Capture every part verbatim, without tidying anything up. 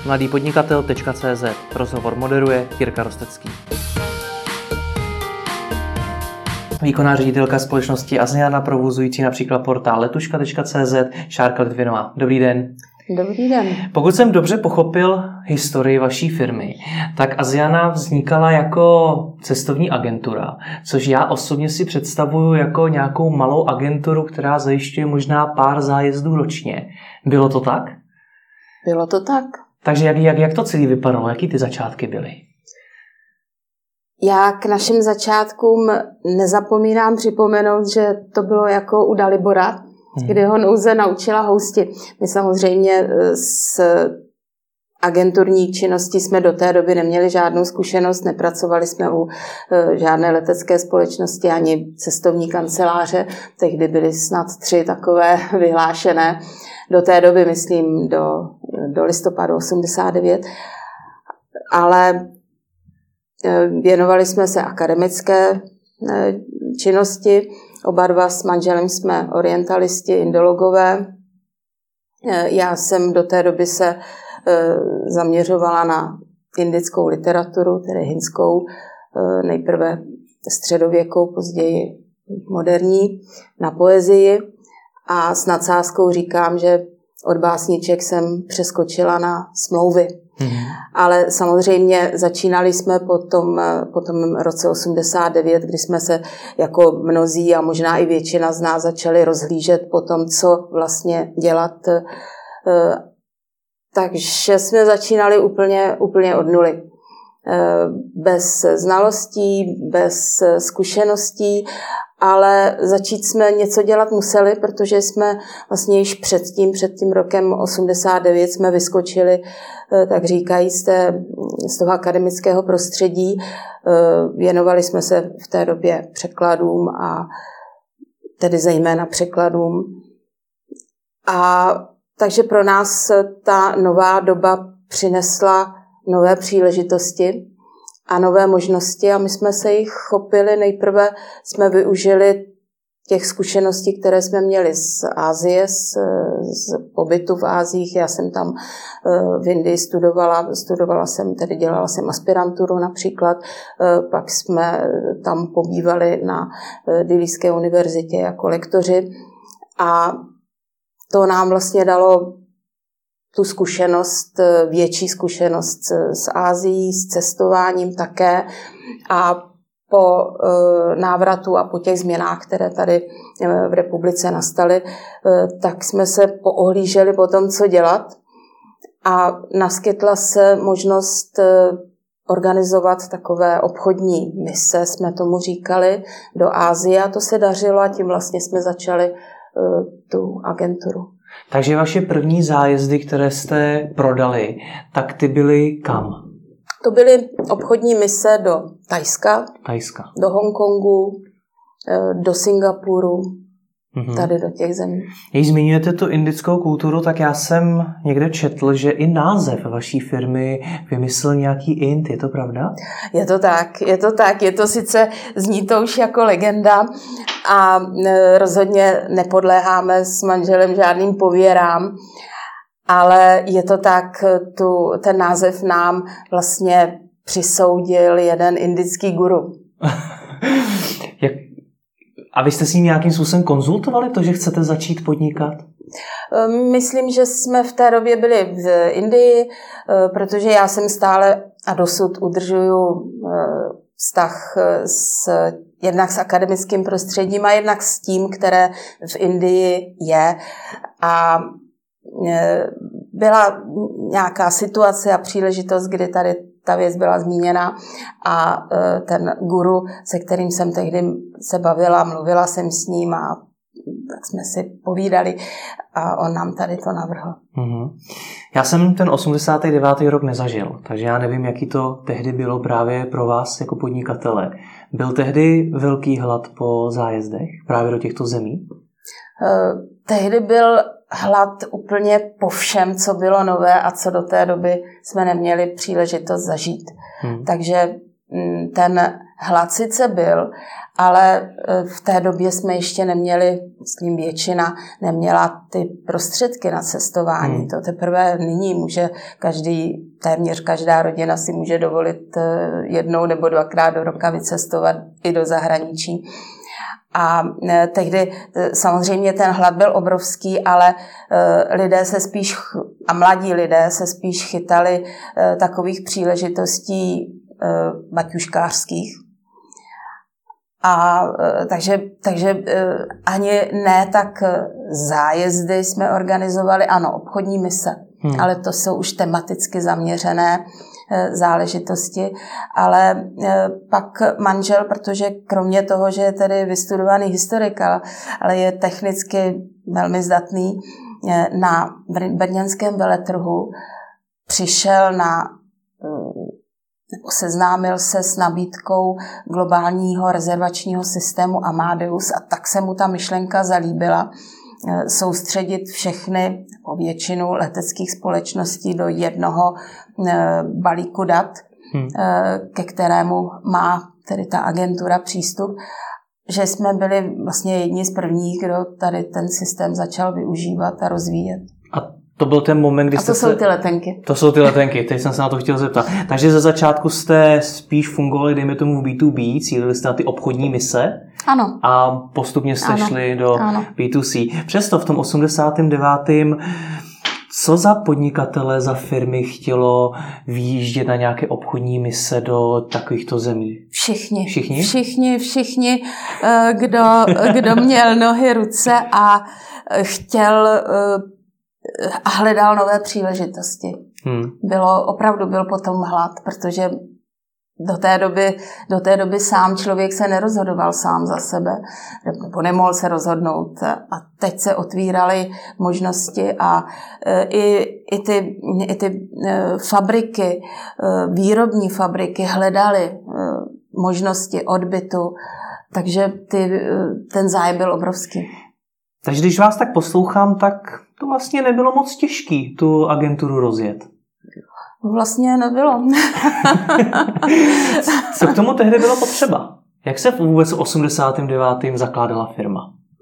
mladý podnikatel tečka cé zet. Rozhovor moderuje Jirka Rostecký. Výkonná ředitelka společnosti Aziana, provozující například portál letuška tečka cé zet, Šárka Litvinová. Dobrý den. Dobrý den. Pokud jsem dobře pochopil historii vaší firmy, tak Aziana vznikala jako cestovní agentura, což já osobně si představuju jako nějakou malou agenturu, která zajišťuje možná pár zájezdů ročně. Bylo to tak? Bylo to tak. Takže jak, jak, jak to celé vypadalo? Jaký ty začátky byly? Já k našim začátkům nezapomínám připomenout, že to bylo jako u Dalibora, hmm. kdy ho nouze naučila housti. My samozřejmě s agenturní činností jsme do té doby neměli žádnou zkušenost, nepracovali jsme u žádné letecké společnosti ani cestovní kanceláře. Tehdy byly snad tři takové vyhlášené. Do té doby, myslím, do, do listopadu osmdesát devět. Ale věnovali jsme se akademické činnosti. Oba dva s manželem jsme orientalisti, indologové. Já jsem do té doby se zaměřovala na indickou literaturu, tedy hindskou, nejprve středověkou, později moderní, na poezii. A s nadsázkou říkám, že od básniček jsem přeskočila na smlouvy. Mm-hmm. Ale samozřejmě začínali jsme po tom, po tom roce osmdesát devět, kdy jsme se jako mnozí a možná i většina z nás začali rozhlížet po tom, co vlastně dělat. Takže jsme začínali úplně, úplně od nuly. Bez znalostí, bez zkušeností, ale začít jsme něco dělat museli, protože jsme vlastně již předtím, před tím rokem osmdesát devět jsme vyskočili, tak říkají, z, té, z toho akademického prostředí. Věnovali jsme se v té době překladům a tedy zejména překladům. A takže pro nás ta nová doba přinesla nové příležitosti a nové možnosti a my jsme se jich chopili. Nejprve jsme využili těch zkušeností, které jsme měli z Asie, z, z pobytu v Ázích. Já jsem tam v Indii studovala, studovala jsem, tedy dělala jsem aspiranturu například, pak jsme tam pobývali na Dillijské univerzitě jako lektoři a to nám vlastně dalo tu zkušenost, větší zkušenost s Ázií, s cestováním také a po návratu a po těch změnách, které tady v republice nastaly, tak jsme se poohlíželi po tom, co dělat a naskytla se možnost organizovat takové obchodní mise, jsme tomu říkali, do Asie a to se dařilo a tím vlastně jsme začali tu agenturu. Takže vaše první zájezdy, které jste prodali, tak ty byly kam? To byly obchodní mise do Thajska, Thajska. do Hongkongu, do Singapuru, mm-hmm. tady do těch zemí. Když zmiňujete tu indickou kulturu, tak já jsem někde četl, že i název vaší firmy vymyslel nějaký Ind, je to pravda? Je to tak, je to tak, je to sice, zní to už jako legenda a rozhodně nepodléháme s manželem žádným pověrám, ale je to tak, tu, ten název nám vlastně přisoudil jeden indický guru. Jak? A vy jste s ním nějakým způsobem konzultovali to, že chcete začít podnikat? Myslím, že jsme v té době byli v Indii, protože já jsem stále a dosud udržuju vztah s, jednak s akademickým prostředím a jednak s tím, které v Indii je. A byla nějaká situace a příležitost, kdy tady ta věc byla zmíněna a ten guru, se kterým jsem tehdy se bavila, mluvila jsem s ním a tak jsme si povídali a on nám tady to navrhl. Mm-hmm. Já jsem ten osmdesátý devátý rok nezažil, takže já nevím, jaký to tehdy bylo právě pro vás jako podnikatele. Byl tehdy velký hlad po zájezdech právě do těchto zemí? Uh, tehdy byl hlad úplně po všem, co bylo nové a co do té doby jsme neměli příležitost zažít. Hmm. Takže ten hlad sice byl, ale v té době jsme ještě neměli, myslím většina, neměla ty prostředky na cestování. Hmm. To teprve nyní může každý, téměř každá rodina si může dovolit jednou nebo dvakrát do roka vycestovat i do zahraničí. A tehdy samozřejmě ten hlad byl obrovský, ale lidé se spíš, a mladí lidé se spíš chytali takových příležitostí baťuškářských. A takže, takže ani ne tak zájezdy jsme organizovali, ano, obchodní mise, hmm. ale to jsou už tematicky zaměřené záležitosti, ale pak manžel, protože kromě toho, že je tedy vystudovaný historik, ale je technicky velmi zdatný, na brněnském veletrhu přišel na, nebo seznámil se s nabídkou globálního rezervačního systému Amadeus a tak se mu ta myšlenka zalíbila soustředit všechny, po většinu leteckých společností do jednoho balíku dat, hmm. ke kterému má tedy ta agentura přístup, že jsme byli vlastně jedni z prvních, kdo tady ten systém začal využívat a rozvíjet. A to byl ten moment, kdy a to jste jsou se... ty letenky. To jsou ty letenky, teď jsem se na to chtěl zeptat. Takže ze začátku jste spíš fungovali, dejme tomu v bé dvě bé, cílili jste na ty obchodní mise. Ano. A postupně jste ano. šli do ano. bé dvě cé. Přesto v tom osmdesátém devátém co za podnikatele, za firmy chtělo výjíždět na nějaké obchodní mise do takovýchto zemí? Všichni. Všichni? Všichni, všichni, kdo, kdo měl nohy, ruce a chtěl a hledal nové příležitosti. Hmm. Bylo, opravdu byl potom hlad, protože do té doby, do té doby sám člověk se nerozhodoval sám za sebe, nebo nemohl se rozhodnout. A teď se otvíraly možnosti a i, i, ty, i ty fabriky, výrobní fabriky hledaly možnosti odbytu, takže ty, ten zájem byl obrovský. Takže když vás tak poslouchám, tak to vlastně nebylo moc těžký tu agenturu rozjet. Vlastně nebylo. Co k tomu tehdy bylo potřeba? Jak se vůbec v osmdesátém devátém zakládala firma?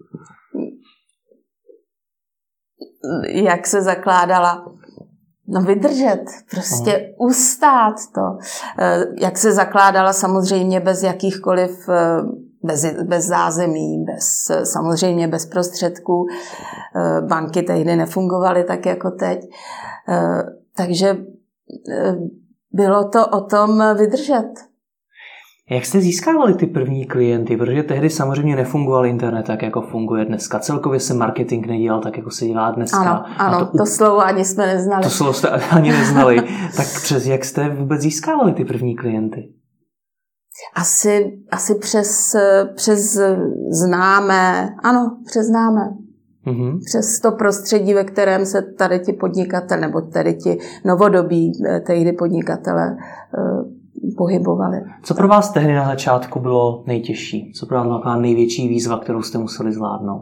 Jak se zakládala? No vydržet, prostě uh-huh. ustát to. Jak se zakládala samozřejmě bez jakýchkoliv, bez, bez zázemí, bez, samozřejmě bez prostředků. Banky tehdy nefungovaly tak jako teď. Takže bylo to o tom vydržet. Jak jste získávali ty první klienty? Protože tehdy samozřejmě nefungoval internet tak, jako funguje dneska. Celkově se marketing nedělal tak, jako se dělá dneska. Ano, ano, to, to slovo ani jsme neznali. To slovo jste ani neznali. Tak přes jak jste vůbec získávali ty první klienty? Asi, asi přes, přes známé. Ano, přes známé. Mm-hmm. Přes to prostředí, ve kterém se tady ti podnikatelé, nebo tady ti novodobí tehdy podnikatelé pohybovali. Co pro vás tehdy na začátku bylo nejtěžší? Co pro vás byla největší výzva, kterou jste museli zvládnout?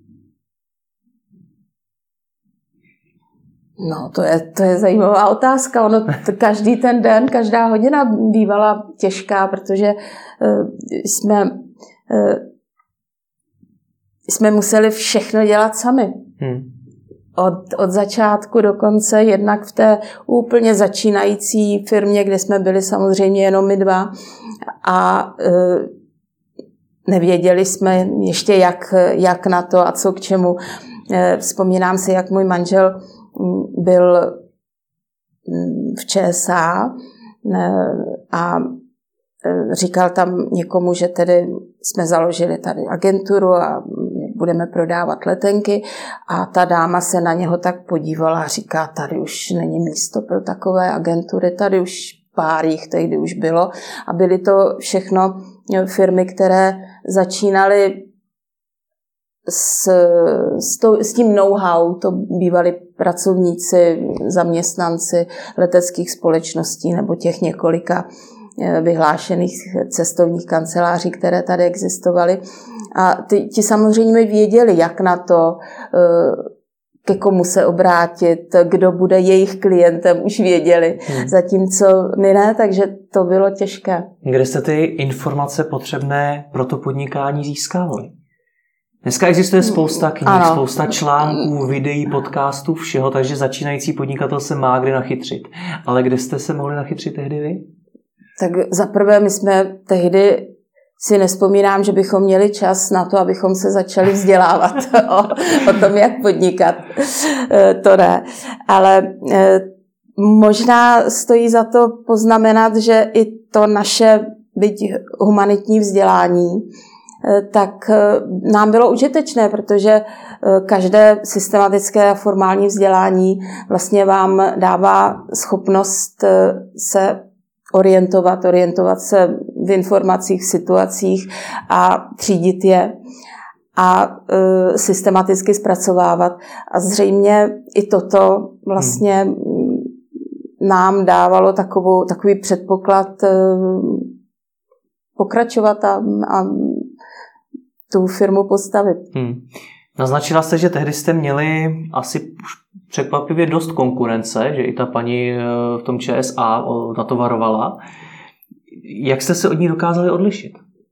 No, to je, to je zajímavá otázka. Ono, to každý ten den, každá hodina bývala těžká, protože uh, jsme, uh, jsme museli všechno dělat sami. Hmm. Od, od začátku do konce, jednak v té úplně začínající firmě, kde jsme byli samozřejmě jenom my dva a e, nevěděli jsme ještě, jak, jak na to a co k čemu. E, vzpomínám si, jak můj manžel byl v ČSA e, a říkal tam někomu, že tedy jsme založili tady agenturu a budeme prodávat letenky a ta dáma se na něho tak podívala a říká, tady už není místo pro takové agentury, tady už pár jich tehdy už bylo a byly to všechno firmy, které začínaly s, s, to, s tím know-how, to bývali pracovníci, zaměstnanci leteckých společností nebo těch několika vyhlášených cestovních kanceláří, které tady existovaly. A ty, ti samozřejmě věděli, jak na to, ke komu se obrátit, kdo bude jejich klientem, už věděli. Hmm. Zatímco my ne, takže to bylo těžké. Kde jste ty informace potřebné pro to podnikání získávali? Dneska existuje spousta knih, ano. spousta článků, videí, podcastů, všeho, takže začínající podnikatel se má kdy nachytřit. Ale kde jste se mohli nachytřit tehdy vy? Tak zaprvé my jsme tehdy si nevzpomínám, že bychom měli čas na to, abychom se začali vzdělávat o, o tom, jak podnikat. To ne. Ale možná stojí za to poznamenat, že i to naše byť humanitní vzdělání, tak nám bylo užitečné, protože každé systematické a formální vzdělání vlastně vám dává schopnost se orientovat, orientovat se v informacích, v situacích a třídit je a e, systematicky zpracovávat. A zřejmě i toto vlastně hmm. nám dávalo takovou, takový předpoklad e, pokračovat a, a tu firmu postavit. Hmm. Naznačila jste, že tehdy jste měli asi překvapivě dost konkurence, že i ta paní v tom Č S A na to varovala. Jak jste se od ní dokázali odlišit?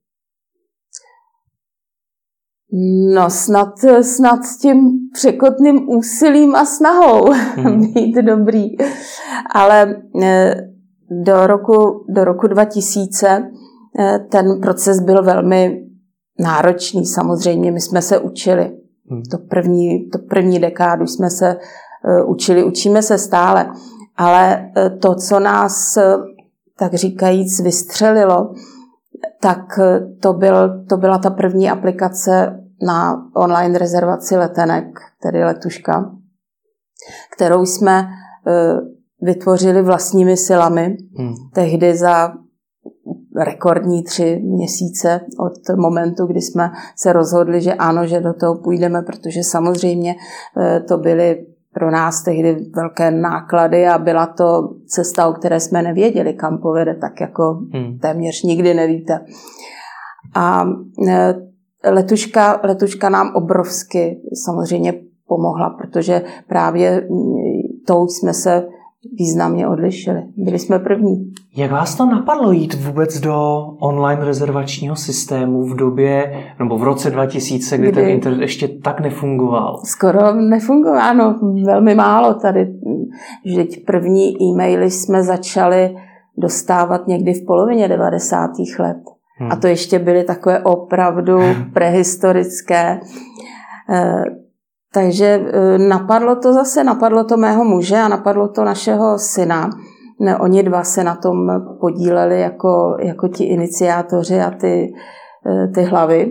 No snad, snad tím překotným úsilím a snahou hmm. být dobrý. Ale do roku, do roku dva tisíce ten proces byl velmi náročný. Samozřejmě my jsme se učili. Hmm. To první, to první dekádu jsme se uh, učili, učíme se stále. Ale uh, to, co nás, uh, tak říkajíc, vystřelilo, tak uh, to, byl, to byla ta první aplikace na online rezervaci letenek, tedy Letuška, kterou jsme uh, vytvořili vlastními silami. Hmm. Tehdy za rekordní tři měsíce od momentu, kdy jsme se rozhodli, že ano, že do toho půjdeme, protože samozřejmě to byly pro nás tehdy velké náklady a byla to cesta, o které jsme nevěděli, kam povede, tak jako hmm. téměř nikdy nevíte. A letuška, letuška nám obrovsky samozřejmě pomohla, protože právě tou jsme se významně odlišili. Byli jsme první. Jak vás to napadlo jít vůbec do online rezervačního systému v době, nebo v roce dva tisíce, kdy, kdy ten internet ještě tak nefungoval? Skoro nefungoval, ano, velmi málo tady. Vždyť první e-maily jsme začali dostávat někdy v polovině devadesátých let. Hmm. A to ještě byly takové opravdu prehistorické. Takže napadlo to zase, napadlo to mého muže a napadlo to našeho syna. Oni dva se na tom podíleli jako, jako ti iniciátoři a ty, ty hlavy.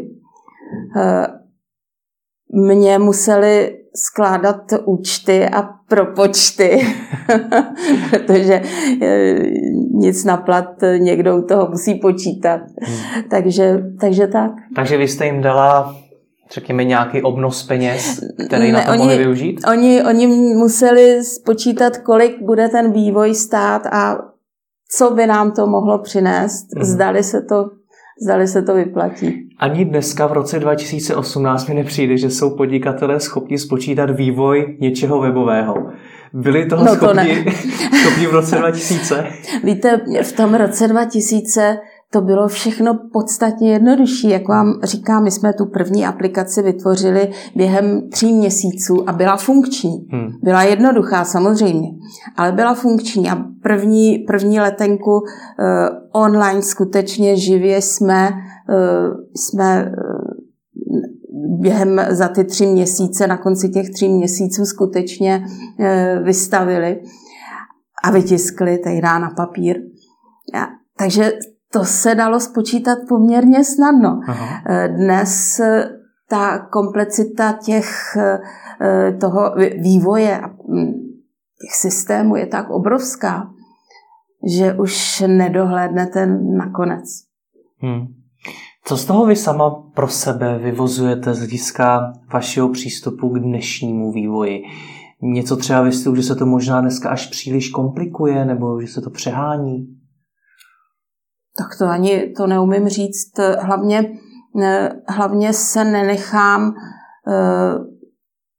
Mě museli skládat účty a propočty, protože nic na plat někdo u toho musí počítat. Hmm. Takže, takže tak. Takže vy jste jim dala, řekněme, nějaký obnos peněz, který ne, na to oni, mohli využít? Oni, oni museli spočítat, kolik bude ten vývoj stát a co by nám to mohlo přinést. Hmm. Zdali se to, zdali se to vyplatí. Ani dneska v roce dva tisíce osmnáct mi nepřijde, že jsou podnikatelé schopni spočítat vývoj něčeho webového. Byli toho no to schopni, schopni v roce dva tisíce? Víte, v tom roce dva tisíce to bylo všechno podstatně jednodušší. Jak vám říkám, my jsme tu první aplikaci vytvořili během tří měsíců a byla funkční. Hmm. Byla jednoduchá samozřejmě, ale byla funkční a první, první letenku uh, online skutečně živě jsme, uh, jsme uh, během za ty tři měsíce, na konci těch tří měsíců skutečně uh, vystavili a vytiskli tehdy na papír. Ja, takže to se dalo spočítat poměrně snadno. Aha. Dnes ta komplexita těch, toho vývoje a těch systémů je tak obrovská, že už nedohlédnete nakonec. Hmm. Co z toho vy sama pro sebe vyvozujete z hlediska vašeho přístupu k dnešnímu vývoji? Něco třeba ve stylu, že se to možná dneska až příliš komplikuje, nebo že se to přehání? Tak to ani to neumím říct. Hlavně, hlavně se nenechám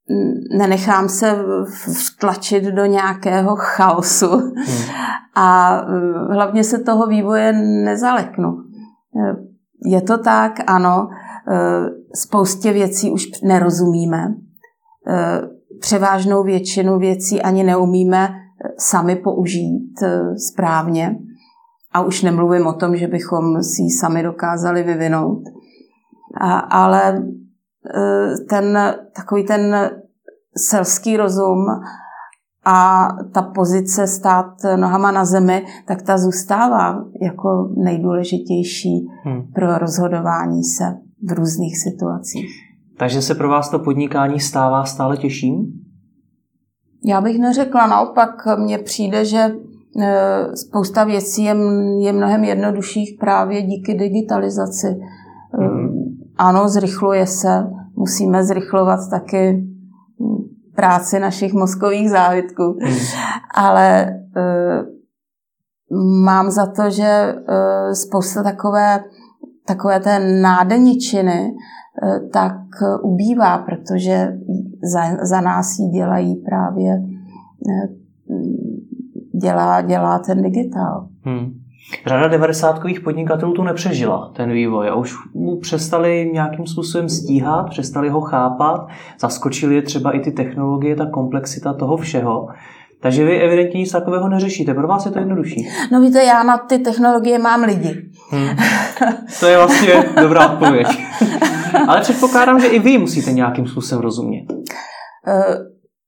nenechám se vtlačit do nějakého chaosu hmm. a hlavně se toho vývoje nezaleknu. Je to tak, ano, spoustě věcí už nerozumíme. Převážnou většinu věcí ani neumíme sami použít správně. A už nemluvím o tom, že bychom si ji sami dokázali vyvinout. A, ale ten takový ten selský rozum a ta pozice stát nohama na zemi, tak ta zůstává jako nejdůležitější hmm. pro rozhodování se v různých situacích. Takže se pro vás to podnikání stává stále těžším? Já bych neřekla, naopak mně přijde, že spousta věcí je, je mnohem jednodušších právě díky digitalizaci. Hmm. Ano, zrychluje se, musíme zrychlovat taky práci našich mozkových závitků, hmm. ale uh, mám za to, že uh, spousta takové, takové té nádeničiny uh, tak uh, ubývá, protože za, za nás ji dělají právě uh, dělá, dělá ten digitál. Hmm. Řada devadesátkových podnikatelů tu nepřežila ten vývoj a už mu přestali nějakým způsobem stíhat, přestali ho chápat, zaskočili je třeba i ty technologie, ta komplexita toho všeho. Takže vy evidentně nic takového neřešíte. Pro vás je to jednodušší. No víte, já na ty technologie mám lidi. Hmm. To je vlastně dobrá odpověď. Ale předpokládám, že i vy musíte nějakým způsobem rozumět. Uh...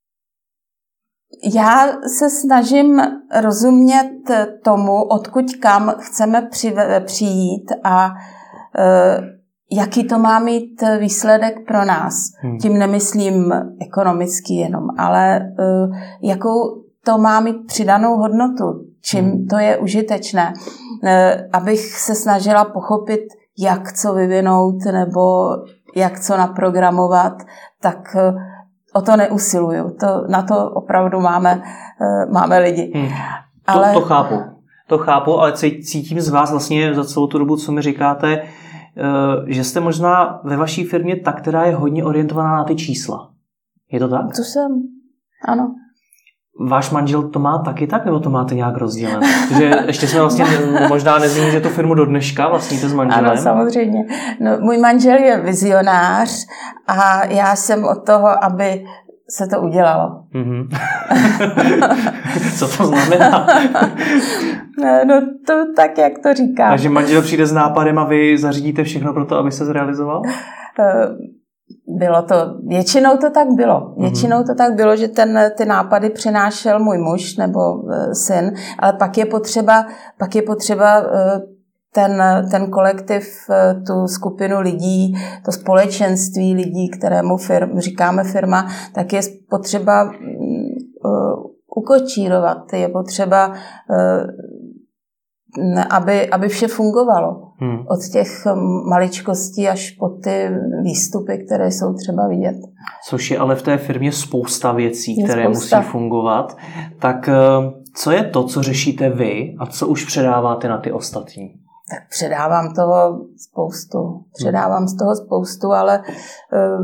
Já se snažím rozumět tomu, odkud kam chceme přijít a jaký to má mít výsledek pro nás. Hmm. Tím nemyslím ekonomicky jenom, ale jakou to má mít přidanou hodnotu, čím hmm. to je užitečné. Abych se snažila pochopit, jak co vyvinout nebo jak co naprogramovat, tak o to neusiluju. To, na to opravdu máme, máme lidi. Hmm. Ale... To, to chápu. To chápu, ale cítím z vás vlastně za celou tu dobu, co mi říkáte, že jste možná ve vaší firmě ta, která je hodně orientovaná na ty čísla. Je to tak? To jsem, ano. Váš manžel to má taky tak, nebo to máte nějak rozdělené? Protože ještě jsme vlastně možná nezmínili, že tu firmu do dneška vlastníte s manželem. Ano, samozřejmě. No, můj manžel je vizionář a já jsem od toho, aby se to udělalo. Mm-hmm. Co to znamená? No to tak, jak to říkám. Takže manžel přijde s nápadem a vy zařídíte všechno pro to, aby se zrealizoval? Bylo to, většinou to tak bylo. Většinou to tak bylo, že ten, ty nápady přinášel můj muž nebo syn, ale pak je potřeba, pak je potřeba ten, ten kolektiv, tu skupinu lidí, to společenství lidí, kterému firm, říkáme firma, tak je potřeba uh, ukočírovat. Je potřeba, uh, aby, aby vše fungovalo. Hmm. Od těch maličkostí až po ty výstupy, které jsou třeba vidět. Což je ale v té firmě spousta věcí, je které spousta. musí fungovat. Tak co je to, co řešíte vy a co už předáváte na ty ostatní? Tak předávám toho spoustu. Předávám hmm. z toho spoustu, ale uh,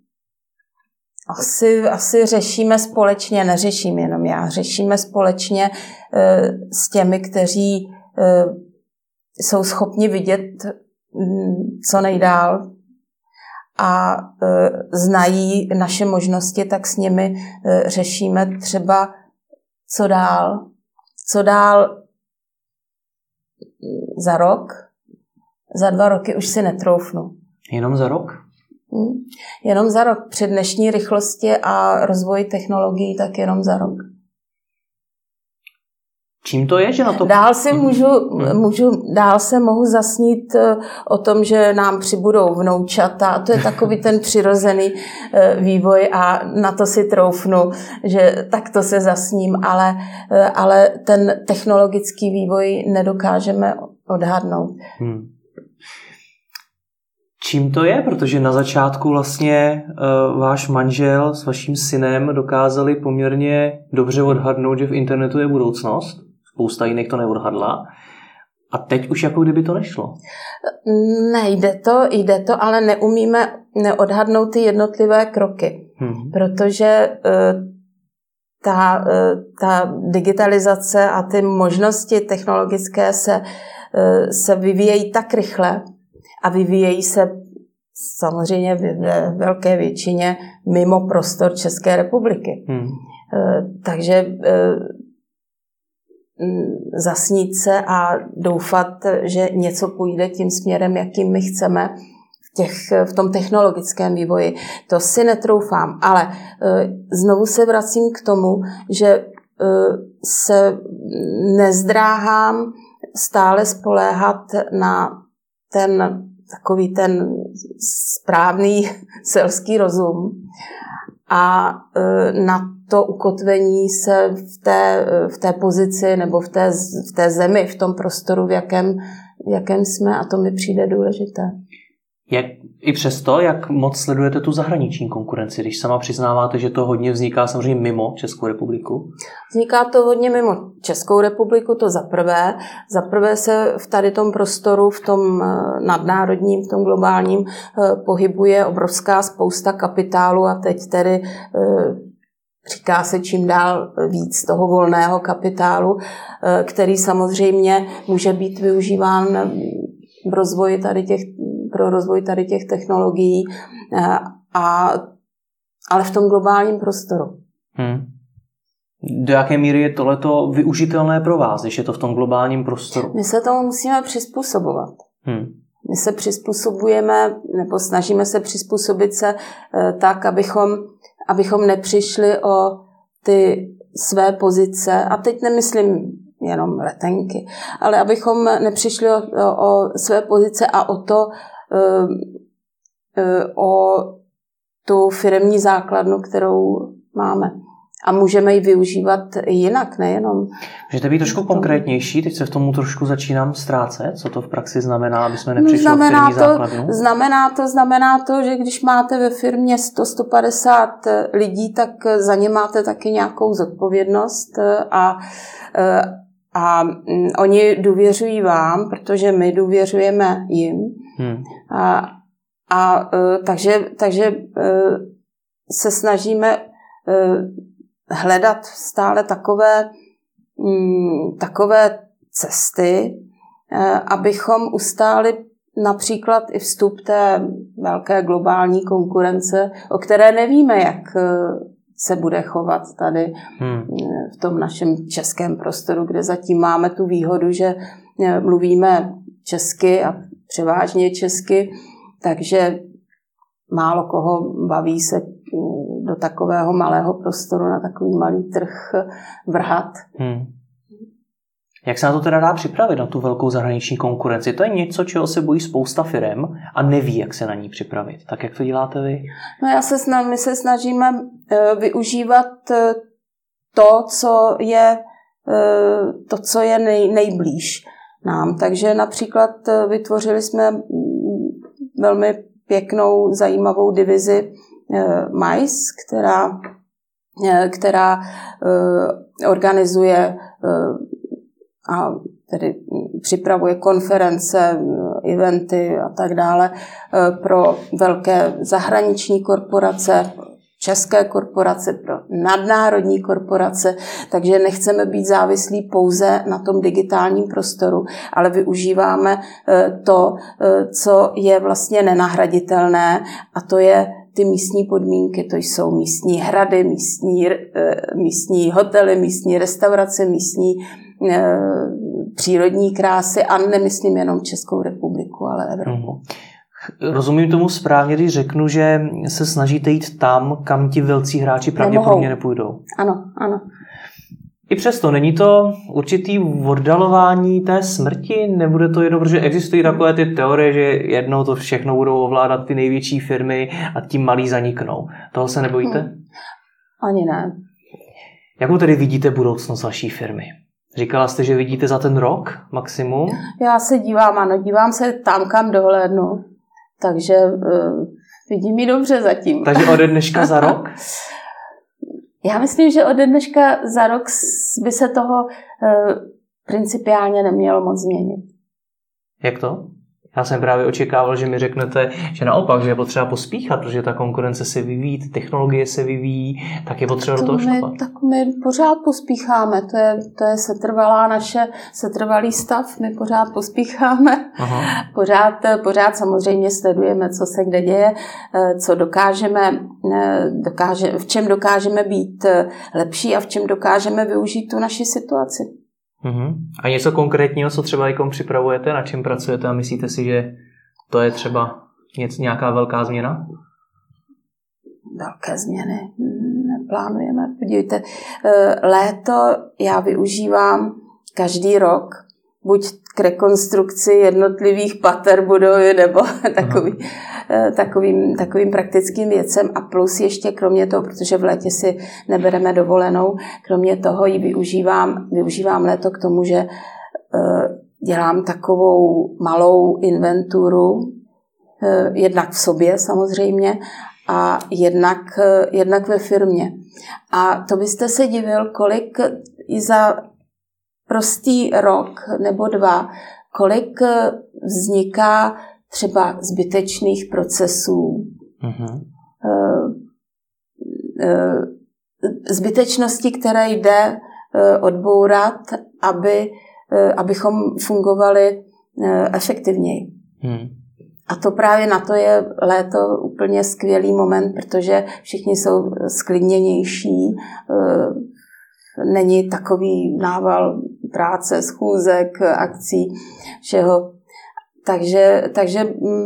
asi, asi řešíme společně, neřeším jenom já, řešíme společně uh, s těmi, kteří uh, jsou schopni vidět co nejdál a e, znají naše možnosti, tak s nimi e, řešíme třeba co dál. Co dál za rok, za dva roky už si netroufnu. Jenom za rok? Hmm. Jenom za rok. Při dnešní rychlosti a rozvoji technologií tak jenom za rok. Čím to je, že na to... Dál si můžu, můžu, dál se mohu zasnít o tom, že nám přibudou vnoučata. A to je takový ten přirozený vývoj a na to si troufnu, že takto se zasním, ale, ale ten technologický vývoj nedokážeme odhadnout. Hmm. Čím to je? Protože na začátku vlastně uh, váš manžel s vaším synem dokázali poměrně dobře odhadnout, že v internetu je budoucnost. Spousta jiných to neodhadla. A teď už jako kdyby to nešlo. Nejde to, jde to, ale neumíme neodhadnout ty jednotlivé kroky. Hmm. Protože ta, ta digitalizace a ty možnosti technologické se, se vyvíjejí tak rychle a vyvíjejí se samozřejmě ve velké většině mimo prostor České republiky. Hmm. Takže zasnít se a doufat, že něco půjde tím směrem, jakým my chceme v, těch, v tom technologickém vývoji. To si netroufám, ale znovu se vracím k tomu, že se nezdráhám stále spoléhat na ten takový ten správný selský rozum a na to ukotvení se v té, v té pozici nebo v té, v té zemi, v tom prostoru, v jakém, v jakém jsme, a to mi přijde důležité. Jak, I přesto, jak moc sledujete tu zahraniční konkurenci, když sama přiznáváte, že to hodně vzniká samozřejmě mimo Českou republiku? Vzniká to hodně mimo Českou republiku, to za prvé. Za prvé se v tady tom prostoru, v tom nadnárodním, v tom globálním pohybuje obrovská spousta kapitálu a teď tedy říká se čím dál víc toho volného kapitálu, který samozřejmě může být využíván v rozvoji tady těch, pro rozvoj tady těch technologií, a, ale v tom globálním prostoru. Hmm. Do jaké míry je tohleto využitelné pro vás, když je to v tom globálním prostoru? My se tomu musíme přizpůsobovat. Hmm. My se přizpůsobujeme, nebo snažíme se přizpůsobit se tak, abychom, abychom nepřišli o ty své pozice, a teď nemyslím jenom letenky, ale abychom nepřišli o, o, o své pozice a o to, o tu firemní základnu, kterou máme. A můžeme ji využívat jinak, nejenom. Můžete být trošku konkrétnější, teď se v tomu trošku začínám ztrácet, co to v praxi znamená, aby jsme nepřišli znamená o firmní to, základnu? Znamená to, znamená to, že když máte ve firmě sto až sto padesát lidí, tak za ně máte taky nějakou zodpovědnost a, a oni důvěřují vám, protože my důvěřujeme jim. Hmm. A, a takže, takže se snažíme hledat stále takové, takové cesty, abychom ustáli například i vstup té velké globální konkurence, o které nevíme, jak se bude chovat tady hmm. v tom našem českém prostoru, kde zatím máme tu výhodu, že mluvíme česky a převážně česky, takže málo koho baví se do takového malého prostoru, na takový malý trh vrhat. Hmm. Jak se na to teda dá připravit, na tu velkou zahraniční konkurenci? To je něco, čeho se bojí spousta firem a neví, jak se na ní připravit. Tak jak to děláte vy? No já se snažím, my se snažíme využívat to, co je, to, co je nej, nejblíž nám. Takže například vytvořili jsme velmi pěknou, zajímavou divizi MICE, která, která organizuje a tedy připravuje konference, eventy a tak dále pro velké zahraniční korporace, české korporace, pro nadnárodní korporace, takže nechceme být závislí pouze na tom digitálním prostoru, ale využíváme to, co je vlastně nenahraditelné, a to je ty místní podmínky. To jsou místní hrady, místní, místní hotely, místní restaurace, místní přírodní krásy, a nemyslím jenom Českou republiku, ale Evropu. Rozumím tomu správně, když řeknu, že se snažíte jít tam, kam ti velcí hráči pravděpodobně nepůjdou. Ano, ano. I přesto, není to určitý oddalování té smrti? Nebude to jedno, protože existují takové ty teorie, že jednou to všechno budou ovládat ty největší firmy a ti malí zaniknou. Toho se nebojíte? Hmm. Ani ne. Jakou tedy vidíte budoucnost vaší firmy? Říkala jste, že vidíte za ten rok maximum? Já se dívám, ano, dívám se tam, kam dohlédnu. Takže uh, vidím ji dobře zatím. Takže ode dneška za rok? Já myslím, že ode dneška za rok by se toho uh, principiálně nemělo moc změnit. Jak to? Já jsem právě očekával, že mi řeknete, že naopak, že je potřeba pospíchat, protože ta konkurence se vyvíjí, ty technologie se vyvíjí, tak je potřeba to do toho my, šlapat. Tak my pořád pospícháme, to je, to je setrvalá naše, setrvalý stav, my pořád pospícháme, Aha. Pořád, pořád samozřejmě sledujeme, co se kde děje, co dokážeme, dokáže, v čem dokážeme být lepší a v čem dokážeme využít tu naši situaci. Uhum. A něco konkrétního, co třeba jako připravujete, na čem pracujete a myslíte si, že to je třeba něco, nějaká velká změna? Velké změny neplánujeme. Podívejte, léto já využívám každý rok, buď k rekonstrukci jednotlivých pater budovy nebo takový, takovým, takovým praktickým věcem a plus ještě kromě toho, protože v létě si nebereme dovolenou, kromě toho ji využívám, využívám léto k tomu, že dělám takovou malou inventuru, jednak v sobě samozřejmě a jednak, jednak ve firmě. A to byste se divil, kolik i za prostý rok nebo dva, kolik vzniká třeba zbytečných procesů, mm-hmm. zbytečnosti, které jde odbourat, aby, abychom fungovali efektivněji. Mm. A to právě na to je léto úplně skvělý moment, protože všichni jsou sklidněnější, není takový nával práce, schůzek, akcí, všeho. Takže, takže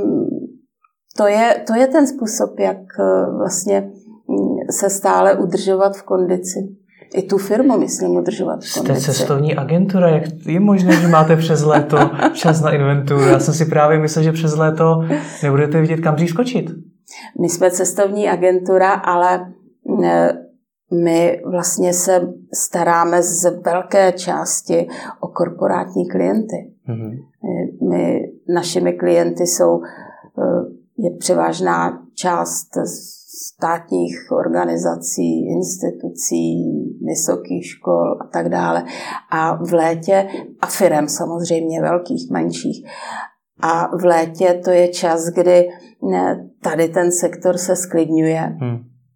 to je, to je ten způsob, jak vlastně se stále udržovat v kondici. I tu firmu, myslím, udržovat v kondici. Jste cestovní agentura, jak je možné, že máte přes léto čas na inventuru? Já jsem si právě myslel, že přes léto nebudete vědět, kam dřív skočit. My jsme cestovní agentura, ale my vlastně se staráme z velké části o korporátní klienty. Mm-hmm. My, našimi klienty jsou je převážná část státních organizací, institucí, vysokých škol a tak dále. A v létě, a firem samozřejmě, velkých, menších. A v létě to je čas, kdy tady ten sektor se sklidňuje. Hmm.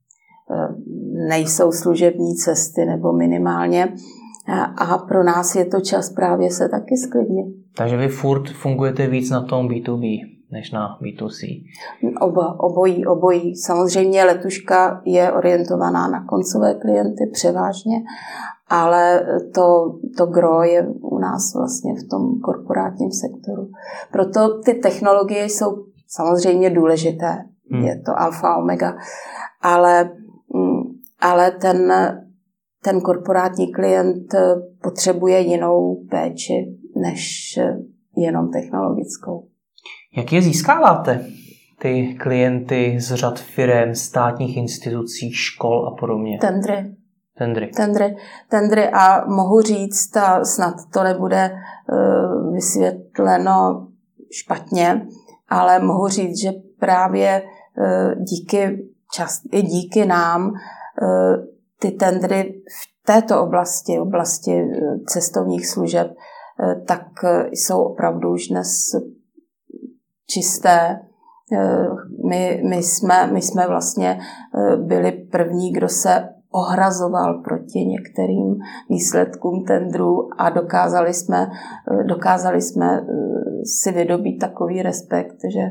Nejsou služební cesty, nebo minimálně. A pro nás je to čas právě se taky sklidnit. Takže vy furt fungujete víc na tom bé dvě bé než na bé dvě cé? Oba, obojí, obojí. Samozřejmě letuška je orientovaná na koncové klienty převážně, ale to, to gro je u nás vlastně v tom korporátním sektoru. Proto ty technologie jsou samozřejmě důležité. Hmm. Je to alfa omega. Ale, ale ten, ten korporátní klient potřebuje jinou péči než jenom technologickou. Jak je získáváte, ty klienty z řad firem, státních institucí, škol a podobně? Tendry. Tendry. Tendry. Tendry a mohu říct, a snad to nebude uh, vysvětleno špatně, ale mohu říct, že právě uh, díky, čas, i díky nám uh, ty tendry v této oblasti, oblasti cestovních služeb, uh, tak uh, jsou opravdu už dnes čisté. My, my, jsme, my jsme vlastně byli první, kdo se ohrazoval proti některým výsledkům tendrů a dokázali jsme, dokázali jsme si vydobít takový respekt, že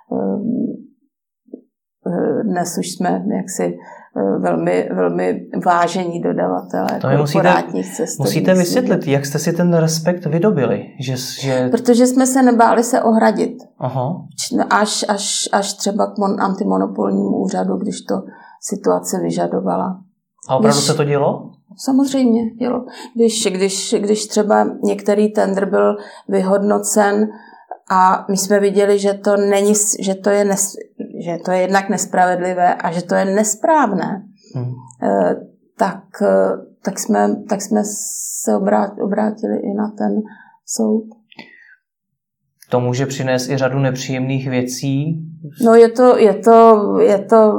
dnes už jsme jaksi velmi, velmi vážení dodavatelé korporátních cestovních. Musíte vysvětlit, jak jste si ten respekt vydobili? Že, že... Protože jsme se nebáli se ohradit. Aha. Až, až, až třeba k mon, antimonopolnímu úřadu, když to situace vyžadovala. A opravdu když, se to dělo? Samozřejmě dělo. Když, když, když třeba některý tendr byl vyhodnocen a my jsme viděli, že to, není, že to, je, nes, že to je jednak nespravedlivé a že to je nesprávné, hmm. tak, tak, jsme, tak jsme se obrátili i na ten soud. To může přinést i řadu nepříjemných věcí? No je to, je to, je to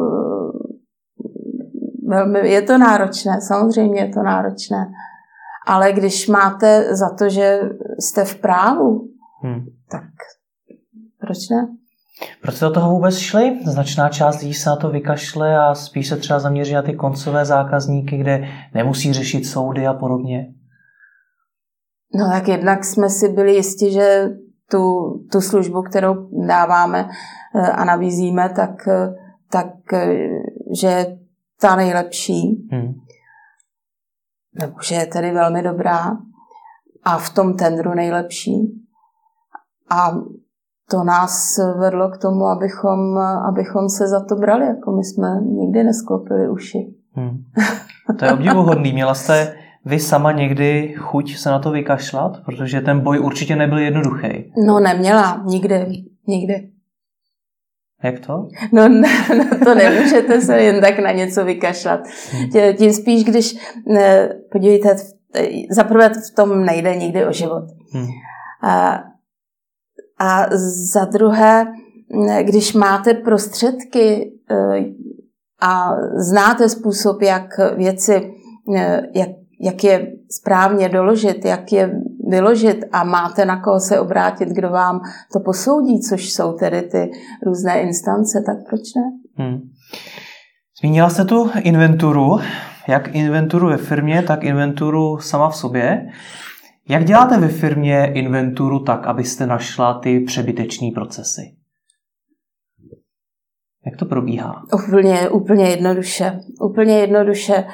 velmi, je to náročné, samozřejmě je to náročné. Ale když máte za to, že jste v právu, Hmm. Tak proč ne? Proč jste do toho vůbec šli? Značná část lidí se na to vykašle a spíš se třeba zaměří na ty koncové zákazníky, kde nemusí řešit soudy a podobně. No tak jednak jsme si byli jisti, že tu, tu službu, kterou dáváme a nabízíme, tak, tak že je ta nejlepší. Hmm. Nebo že je tedy velmi dobrá a v tom tendru nejlepší. A to nás vedlo k tomu, abychom, abychom se za to brali, jako my jsme nikdy nesklopili uši. Hmm. To je obdivuhodný. Měla jste vy sama někdy chuť se na to vykašlat? Protože ten boj určitě nebyl jednoduchý. No neměla, nikdy, nikdy. Jak to? No, no to nemůžete se jen tak na něco vykašlat. Hmm. Tím spíš, když, podívejte, zaprvé v tom nejde nikdy o život. Hmm. A, a za druhé, když máte prostředky a znáte způsob, jak věci, jak, jak je správně doložit, jak je vyložit a máte na koho se obrátit, kdo vám to posoudí, což jsou tedy ty různé instance, tak proč ne? Hmm. Zmínila jste tu inventuru, jak inventuru ve firmě, tak inventuru sama v sobě. Jak děláte ve firmě inventuru tak, abyste našla ty přebytečné procesy? Jak to probíhá? Úplně, úplně jednoduše. Úplně jednoduše.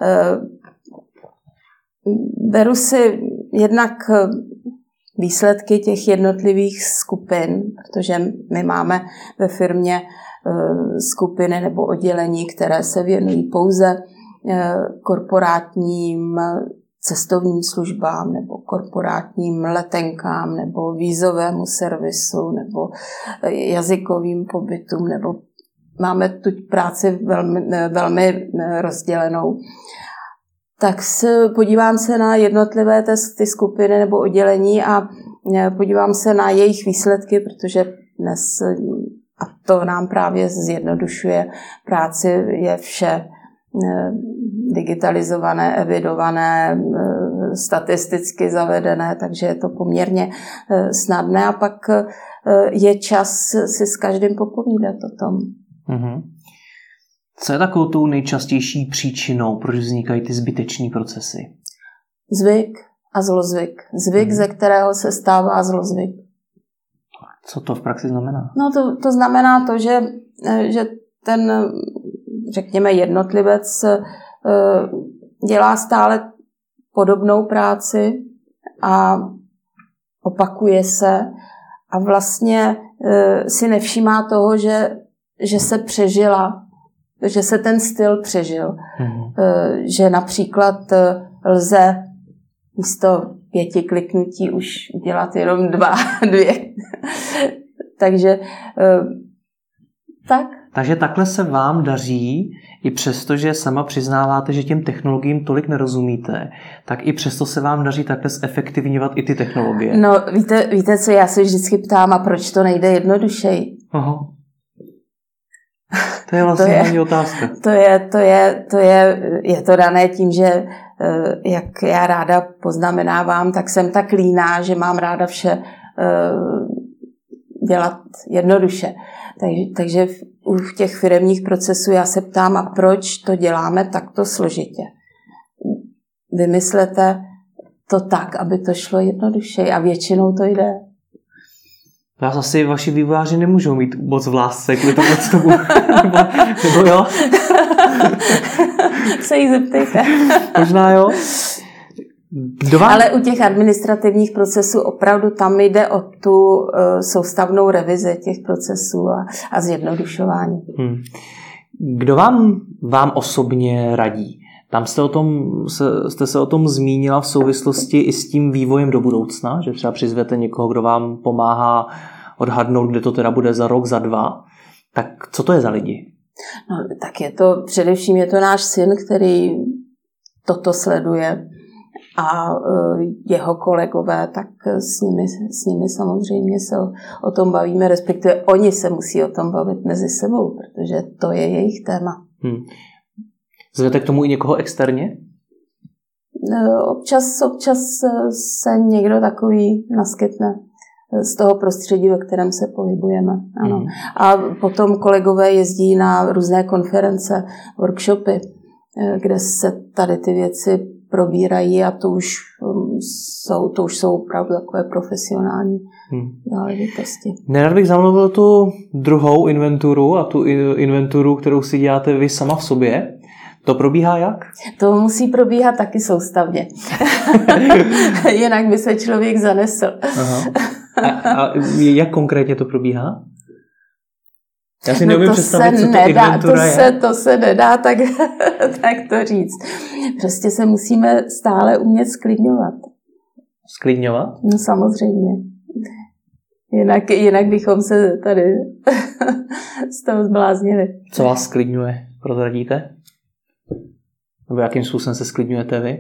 Beru si jednak výsledky těch jednotlivých skupin, protože my máme ve firmě skupiny nebo oddělení, které se věnují pouze korporátním cestovním službám nebo korporátním letenkám nebo vízovému servisu nebo jazykovým pobytům, nebo máme tu práci velmi, velmi rozdělenou. Tak se, podívám se na jednotlivé ty skupiny nebo oddělení a podívám se na jejich výsledky, protože dnes, a to nám právě zjednodušuje práci, je vše digitalizované, evidované, statisticky zavedené, takže je to poměrně snadné a pak je čas si s každým popovídat o tom. Mm-hmm. Co je takovou tou nejčastější příčinou, proč vznikají ty zbytečné procesy? Zvyk a zlozvyk. Zvyk, mm-hmm. ze kterého se stává zlozvyk. Co to v praxi znamená? No to, to znamená to, že, že ten, řekněme, jednotlivec dělá stále podobnou práci a opakuje se a vlastně si nevšímá toho, že, že se přežila, že se ten styl přežil. Mm-hmm. Že například lze místo pěti kliknutí už dělat jenom dva, dvě. Takže tak. Takže takhle se vám daří, i přesto, že sama přiznáváte, že těm technologiím tolik nerozumíte, tak i přesto se vám daří takhle zefektivňovat i ty technologie. No, víte, víte co, já se vždycky ptám, a proč to nejde jednodušeji? Aha. To je vlastně hlavní otázka. To je, to je, to je, je to dané tím, že jak já ráda poznamenávám, tak jsem tak líná, že mám ráda vše dělat jednoduše. Takže, takže v, v těch firemních procesů já se ptám, a proč to děláme takto složitě? Vymyslete to tak, aby to šlo jednoduše a většinou to jde. Já zase vaši vývojáři nemůžou mít moc v lásce kvůli tomu, tomu. nebo, nebo jo? Se jí zeptejte. Možná jo. Vám... Ale u těch administrativních procesů opravdu tam jde o tu uh, soustavnou revizi těch procesů a, a zjednodušování. Hmm. Kdo vám, vám osobně radí? Tam jste, o tom, jste se o tom zmínila v souvislosti i s tím vývojem do budoucna, že třeba přizvete někoho, kdo vám pomáhá odhadnout, kde to teda bude za rok, za dva. Tak co to je za lidi? No, tak je to, především je to náš syn, který toto sleduje a jeho kolegové, tak s nimi, s nimi samozřejmě se o, o tom bavíme, respektive oni se musí o tom bavit mezi sebou, protože to je jejich téma. Hmm. Zvete k tomu i někoho externě? Občas, občas se někdo takový naskytne. z toho prostředí, ve kterém se pohybujeme. Ano. Hmm. A potom kolegové jezdí na různé konference, workshopy, kde se tady ty věci probírají a to už jsou, to už jsou opravdu takové profesionální hmm. záležitosti. Nerad bych zamluvil tu druhou inventuru a tu inventuru, kterou si děláte vy sama v sobě. To probíhá jak? To musí probíhat taky soustavně. Jinak by se člověk zanesl. Aha. A, a jak konkrétně to probíhá? Já si no neumím to představit, co to nedá, inventura to je. Se, to se nedá tak, tak to říct. Prostě se musíme stále umět sklidňovat. Sklidňovat? No samozřejmě. Jinak, jinak bychom se tady z toho zbláznili. Co vás sklidňuje? Prozradíte? Nebo jakým způsobem se sklidňujete vy?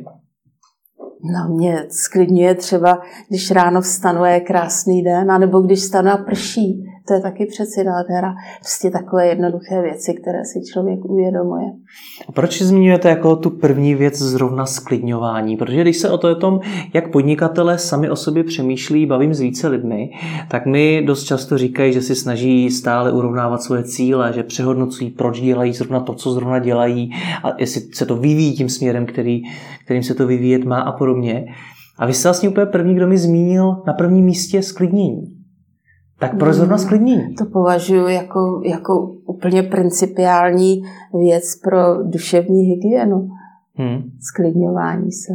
No mě sklidňuje třeba, když ráno vstanu a je krásný den, anebo když vstanu a prší. To je taky přeci nádhera. Prostě takové jednoduché věci, které si člověk uvědomuje. A proč zmiňujete jako tu první věc zrovna sklidňování? Protože když se o to, o tom, jak podnikatelé sami o sobě přemýšlí, bavím s více lidmi, tak mi dost často říkají, že si snaží stále urovnávat svoje cíle, že přehodnocují, proč dělají zrovna to, co zrovna dělají a jestli se to vyvíjí tím směrem, který, kterým se to vyvíjet má a podobně. A vy jste vlastně úplně první, kdo mi zmínil na prvním místě sklidnění. Tak proč zrovna sklidnění? To považuji jako, jako úplně principiální věc pro duševní hygienu. Hmm. Sklidňování se.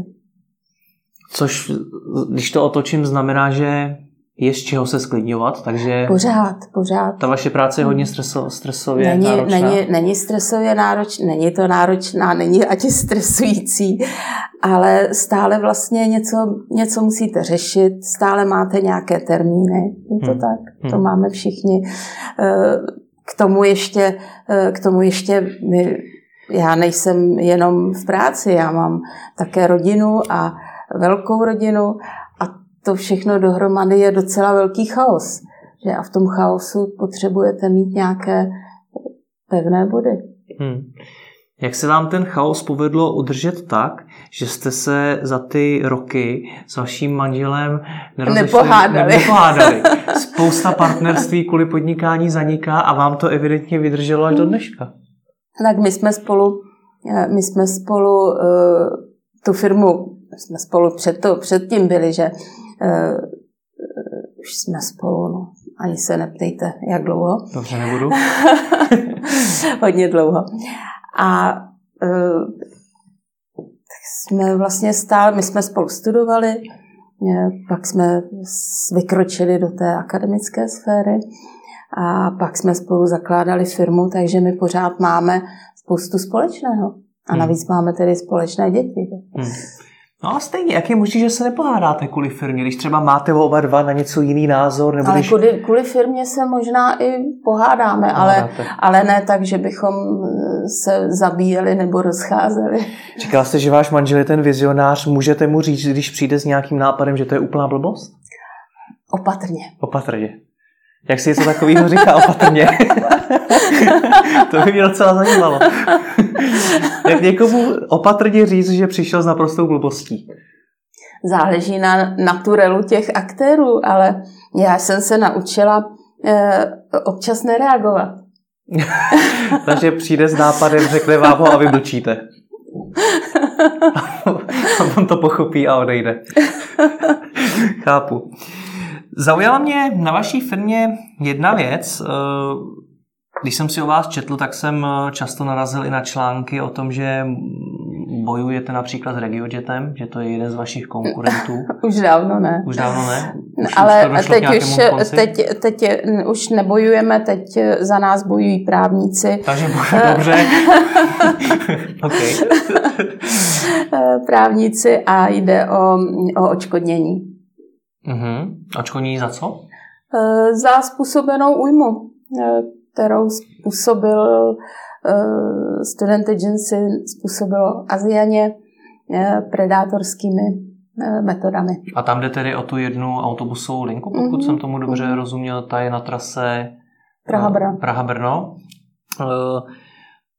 Což, když to otočím, znamená, že je z čeho se sklidňovat, takže... Pořád, pořád. Ta vaše práce je hodně streso, stresově není, náročná. Není, není stresově náročná, není to náročná, není ani stresující, ale stále vlastně něco, něco musíte řešit, stále máte nějaké termíny. Je to hmm. tak? Hmm. To máme všichni. K tomu ještě, k tomu ještě my, já nejsem jenom v práci, já mám také rodinu a velkou rodinu a to všechno dohromady je docela velký chaos. Že? A v tom chaosu potřebujete mít nějaké pevné body. Hmm. Jak se vám ten chaos povedlo udržet tak, že jste se za ty roky s vaším manželem nepohádali. nepohádali. Spousta partnerství kvůli podnikání zaniká a vám to evidentně vydrželo až do dneška. Tak my jsme spolu, my jsme spolu uh, tu firmu, jsme spolu před to, předtím byli, že uh, už jsme spolu, no, ani se neptejte, jak dlouho. Dobře, nebudu. Hodně dlouho. A uh, jsme vlastně stále, my jsme spolu studovali, pak jsme vykročili do té akademické sféry a pak jsme spolu zakládali firmu, takže my pořád máme spoustu společného. A navíc hmm. máme tedy společné děti. Hmm. No a stejně, jak je možné, že se nepohádáte kvůli firmě, když třeba máte oba dva na něco jiný názor? Nebo ale když... kvůli, kvůli firmě se možná i pohádáme, ale, ale ne tak, že bychom se zabíjeli nebo rozcházeli. Říkala jste, že váš manžel je ten vizionář, můžete mu říct, když přijde s nějakým nápadem, že to je úplná blbost? Opatrně. Opatrně. Jak si něco takového říká opatrně? To by mě docela zajímalo. Jak někomu opatrně říct, že přišel s naprostou blbostí? Záleží na naturelu těch aktérů, ale já jsem se naučila eh, občas nereagovat. Takže přijde s nápadem, řekne vám ho a vy mlčíte. A on to pochopí a odejde. Chápu. Zaujala mě na vaší firmě jedna věc. Když jsem si o vás četl, tak jsem často narazil i na články o tom, že bojujete například s RegioJetem, že to je jeden z vašich konkurentů. Už dávno ne. Už dávno ne? Už, ale už teď, už, teď, teď už nebojujeme, teď za nás bojují právníci. Takže dobře. Okay. Právníci a jde o, o odškodnění. Uh-huh. Odškodnění za co? Za způsobenou újmu, kterou způsobil Student Agency, způsobilo Asianě predátorskými metodami. A tam jde tedy o tu jednu autobusovou linku, pokud mm-hmm. jsem tomu dobře mm-hmm. rozuměl, ta je na trase Praha-Brno. Praha-Brno.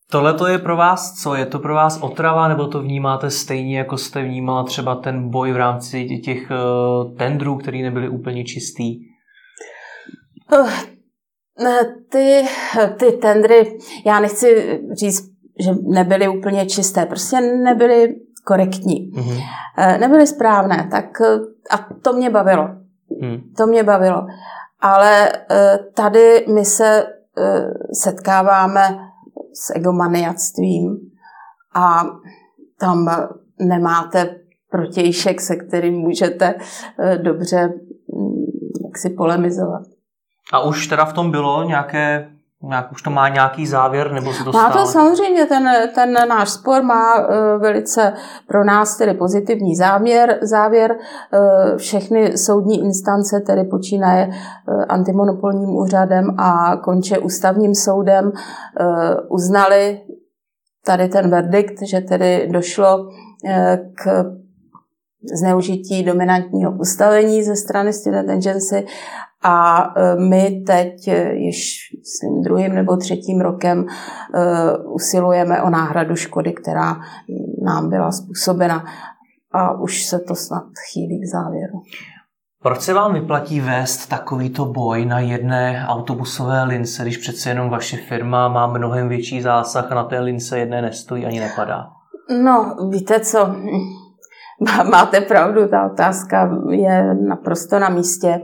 Tohle to je pro vás co? Je to pro vás otrava, nebo to vnímáte stejně, jako jste vnímala třeba ten boj v rámci těch uh, tendrů, který nebyly úplně čistý? Uh, ty, ty tendry, já nechci říct, že nebyly úplně čisté, prostě nebyly korektní. Mm-hmm. Uh, nebyly správné, tak a to mě bavilo. Mm. To mě bavilo. Ale uh, tady my se uh, setkáváme s egomaniactvím a tam nemáte protějšek, se kterým můžete dobře jaksi polemizovat. A už teda v tom bylo nějaké, nějak, už to má nějaký závěr? Nebo se to má to samozřejmě, ten, ten náš spor má velice pro nás tedy pozitivní závěr. závěr. Všechny soudní instance, tedy počínaje antimonopolním úřadem a konče ústavním soudem, uznali tady ten verdikt, že tedy došlo k zneužití dominantního postavení ze strany Student Agency a my teď již myslím, druhým nebo třetím rokem usilujeme o náhradu škody, která nám byla způsobena a už se to snad chýlí k závěru. Proč se vám vyplatí vést takovýto boj na jedné autobusové lince, když přece jenom vaše firma má mnohem větší zásah a na té lince jedné nestojí ani nepadá? No, víte co, máte pravdu, ta otázka je naprosto na místě.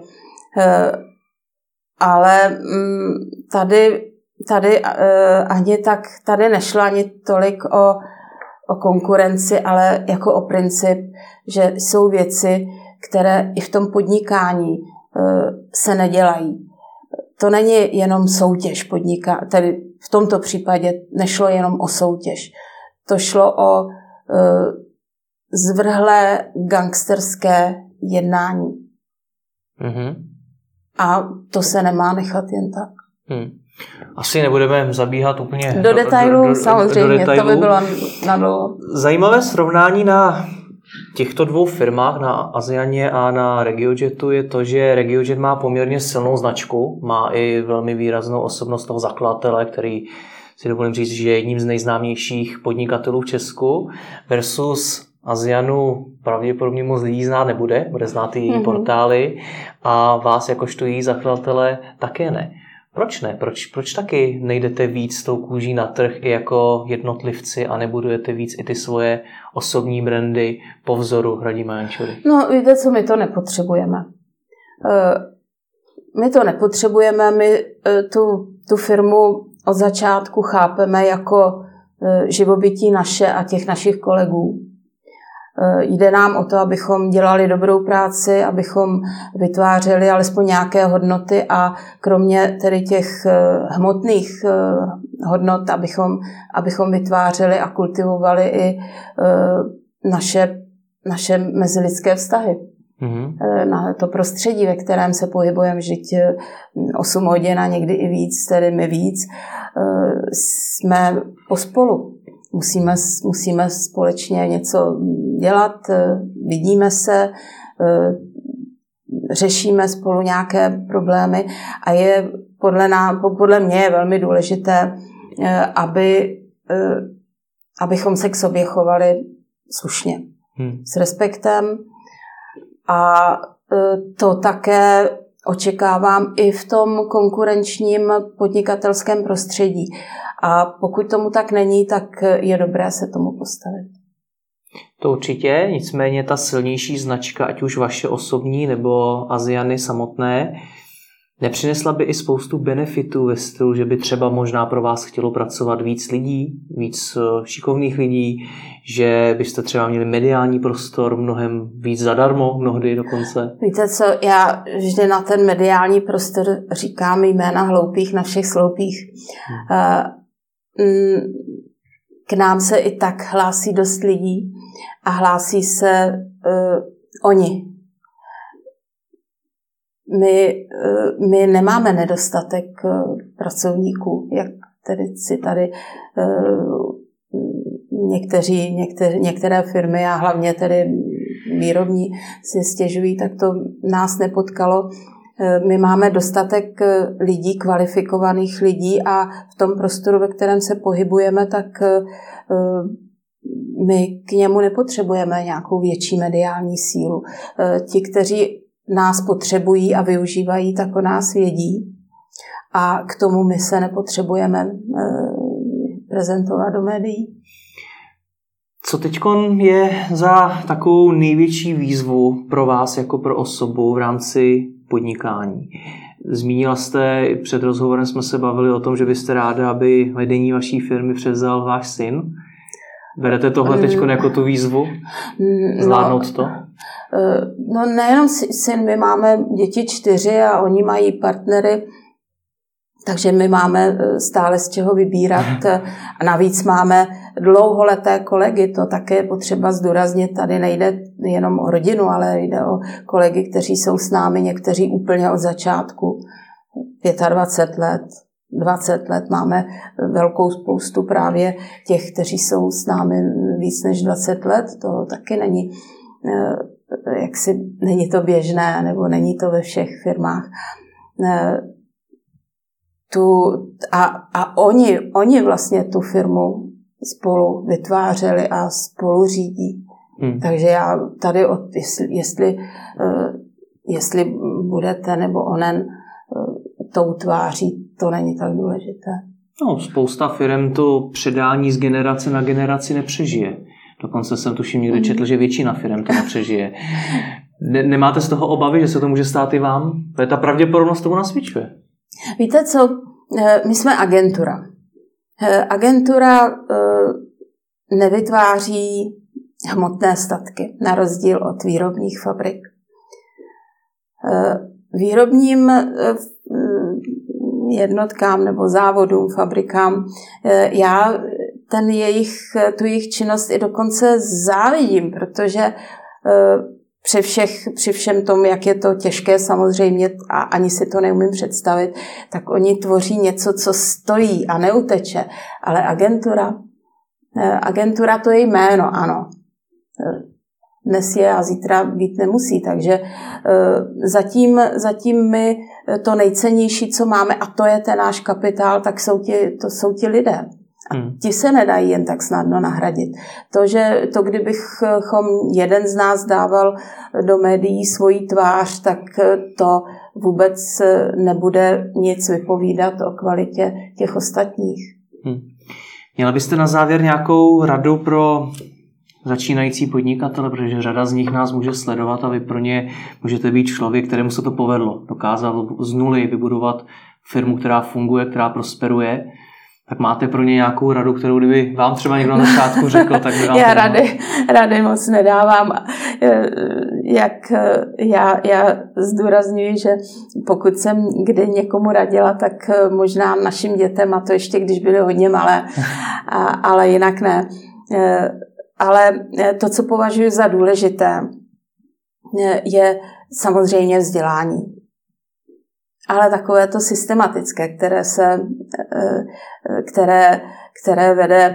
Ale tady, tady ani tak, tady nešlo ani tolik o, o konkurenci, ale jako o princip, že jsou věci, které i v tom podnikání se nedělají. To není jenom soutěž podniká, tedy v tomto případě nešlo jenom o soutěž. To šlo o zvrhlé gangsterské jednání. Mm-hmm. A to se nemá nechat jen tak. Hmm. Asi nebudeme zabíhat úplně do detailů, do, do, samozřejmě, do detailů. To by bylo nadlouho. Zajímavé srovnání na těchto dvou firmách, na Asianě a na RegioJetu, je to, že RegioJet má poměrně silnou značku, má i velmi výraznou osobnost toho zakladatele, který si dovolím říct, že je jedním z nejznámějších podnikatelů v Česku, versus Asianu pravděpodobně moc lidí znát nebude, bude znát i její mm-hmm. portály a vás jakožto její zakladatele také ne. Proč ne? Proč, proč taky nejdete víc s tou kůží na trh i jako jednotlivci a nebudujete víc i ty svoje osobní brandy po vzoru Hradima Jančury? No víte co, my to nepotřebujeme. My to nepotřebujeme, my tu, tu firmu od začátku chápeme jako živobytí naše a těch našich kolegů. Jde nám o to, abychom dělali dobrou práci, abychom vytvářeli alespoň nějaké hodnoty a kromě tedy těch hmotných hodnot, abychom, abychom vytvářeli a kultivovali i naše, naše mezilidské vztahy. Mm-hmm. Na to prostředí, ve kterém se pohybujeme, vždyť osm hodin a někdy i víc, tedy my víc, jsme pospolu. Musíme, musíme společně něco dělat, vidíme se, řešíme spolu nějaké problémy a je podle, ná, podle mě je velmi důležité, aby, abychom se k sobě chovali slušně, hmm. s respektem a to také očekávám i v tom konkurenčním podnikatelském prostředí. A pokud tomu tak není, tak je dobré se tomu postavit. To určitě, nicméně ta silnější značka, ať už vaše osobní nebo Asiany samotné, nepřinesla by i spoustu benefitů ve stylu, že by třeba možná pro vás chtělo pracovat víc lidí, víc šikovných lidí, že byste třeba měli mediální prostor mnohem víc zadarmo, mnohdy dokonce. Víte co, já vždy na ten mediální prostor říkám jména hloupých na všech sloupých. Hmm. K nám se i tak hlásí dost lidí a hlásí se uh, oni. My, uh, my nemáme nedostatek uh, pracovníků, jak tedy si tady uh, někteří, některé, některé firmy a hlavně tedy výrobní si stěžují, tak to nás nepotkalo. My máme dostatek lidí, kvalifikovaných lidí a v tom prostoru, ve kterém se pohybujeme, tak my k němu nepotřebujeme nějakou větší mediální sílu. Ti, kteří nás potřebují a využívají, tak o nás vědí a k tomu my se nepotřebujeme prezentovat do médií. Co teďkon je za takovou největší výzvu pro vás jako pro osobu v rámci podnikání? Zmínila jste, před rozhovorem jsme se bavili o tom, že byste ráda, aby vedení vaší firmy převzal váš syn. Berete tohle teďkon jako tu výzvu? Zvládnout no, to? No nejenom syn, my máme děti čtyři a oni mají partnery, takže my máme stále z čeho vybírat a navíc máme dlouholeté kolegy, to také je potřeba zdůraznit, tady nejde jenom o rodinu, ale jde o kolegy, kteří jsou s námi, někteří úplně od začátku, dvacet pět let, dvacet let, máme velkou spoustu právě těch, kteří jsou s námi víc než dvacet let, to taky není, jaksi není to běžné, nebo není to ve všech firmách. Tu, a a oni, oni vlastně tu firmu spolu vytvářeli a spolu řídí. Hmm. Takže já tady, jestli, jestli, jestli budete nebo onen tou tváří, to není tak důležité. No, spousta firm to předání z generace na generaci nepřežije. Dokonce jsem tuším někde četl, že většina firm to nepřežije. Ne, nemáte z toho obavy, že se to může stát i vám? To je ta pravděpodobnost tomu nasvědčuje. Víte co, my jsme agentura. Agentura nevytváří hmotné statky, na rozdíl od výrobních fabrik. Výrobním jednotkám nebo závodům, fabrikám, já ten jejich, tu jejich činnost i dokonce závidím, protože při, všech, při všem tom, jak je to těžké samozřejmě a ani si to neumím představit, tak oni tvoří něco, co stojí a neuteče. Ale agentura, agentura to je jméno, ano. Dnes je a zítra být nemusí, takže zatím, zatím my to nejcennější, co máme, a to je ten náš kapitál, tak jsou ti, to jsou ti lidé. A ti se nedají jen tak snadno nahradit. To, že to, kdybychom jeden z nás dával do médií svoji tvář, tak to vůbec nebude nic vypovídat o kvalitě těch ostatních. Hmm. Měla byste na závěr nějakou radu pro začínající podnikatele, protože řada z nich nás může sledovat a vy pro ně můžete být člověk, kterému se to povedlo. Dokázal z nuly vybudovat firmu, která funguje, která prosperuje. Tak máte pro ně nějakou radu, kterou kdyby vám třeba někdo na začátku řekl, tak by vám Já rady, rady moc nedávám. Jak já, já zdůrazňuji, že pokud jsem kdy někomu radila, tak možná našim dětem, a to ještě když byly hodně malé, a, ale jinak ne. Ale to, co považuji za důležité, je samozřejmě vzdělání. Ale takové to systematické, které, se, které, které vede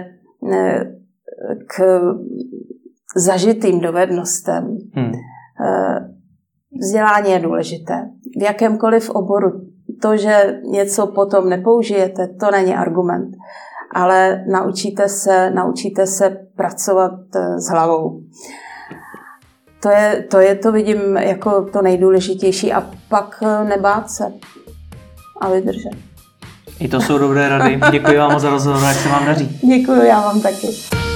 k zažitým dovednostem. Hmm. Vzdělání je důležité. V jakémkoliv oboru. To, že něco potom nepoužijete, to není argument. Ale naučíte se, naučíte se pracovat s hlavou. To je, to je, to vidím jako to nejdůležitější a pak nebát se a vydržet. I to jsou dobré rady. Děkuji vám za rozhovor, jak se vám daří. Děkuji, já vám taky.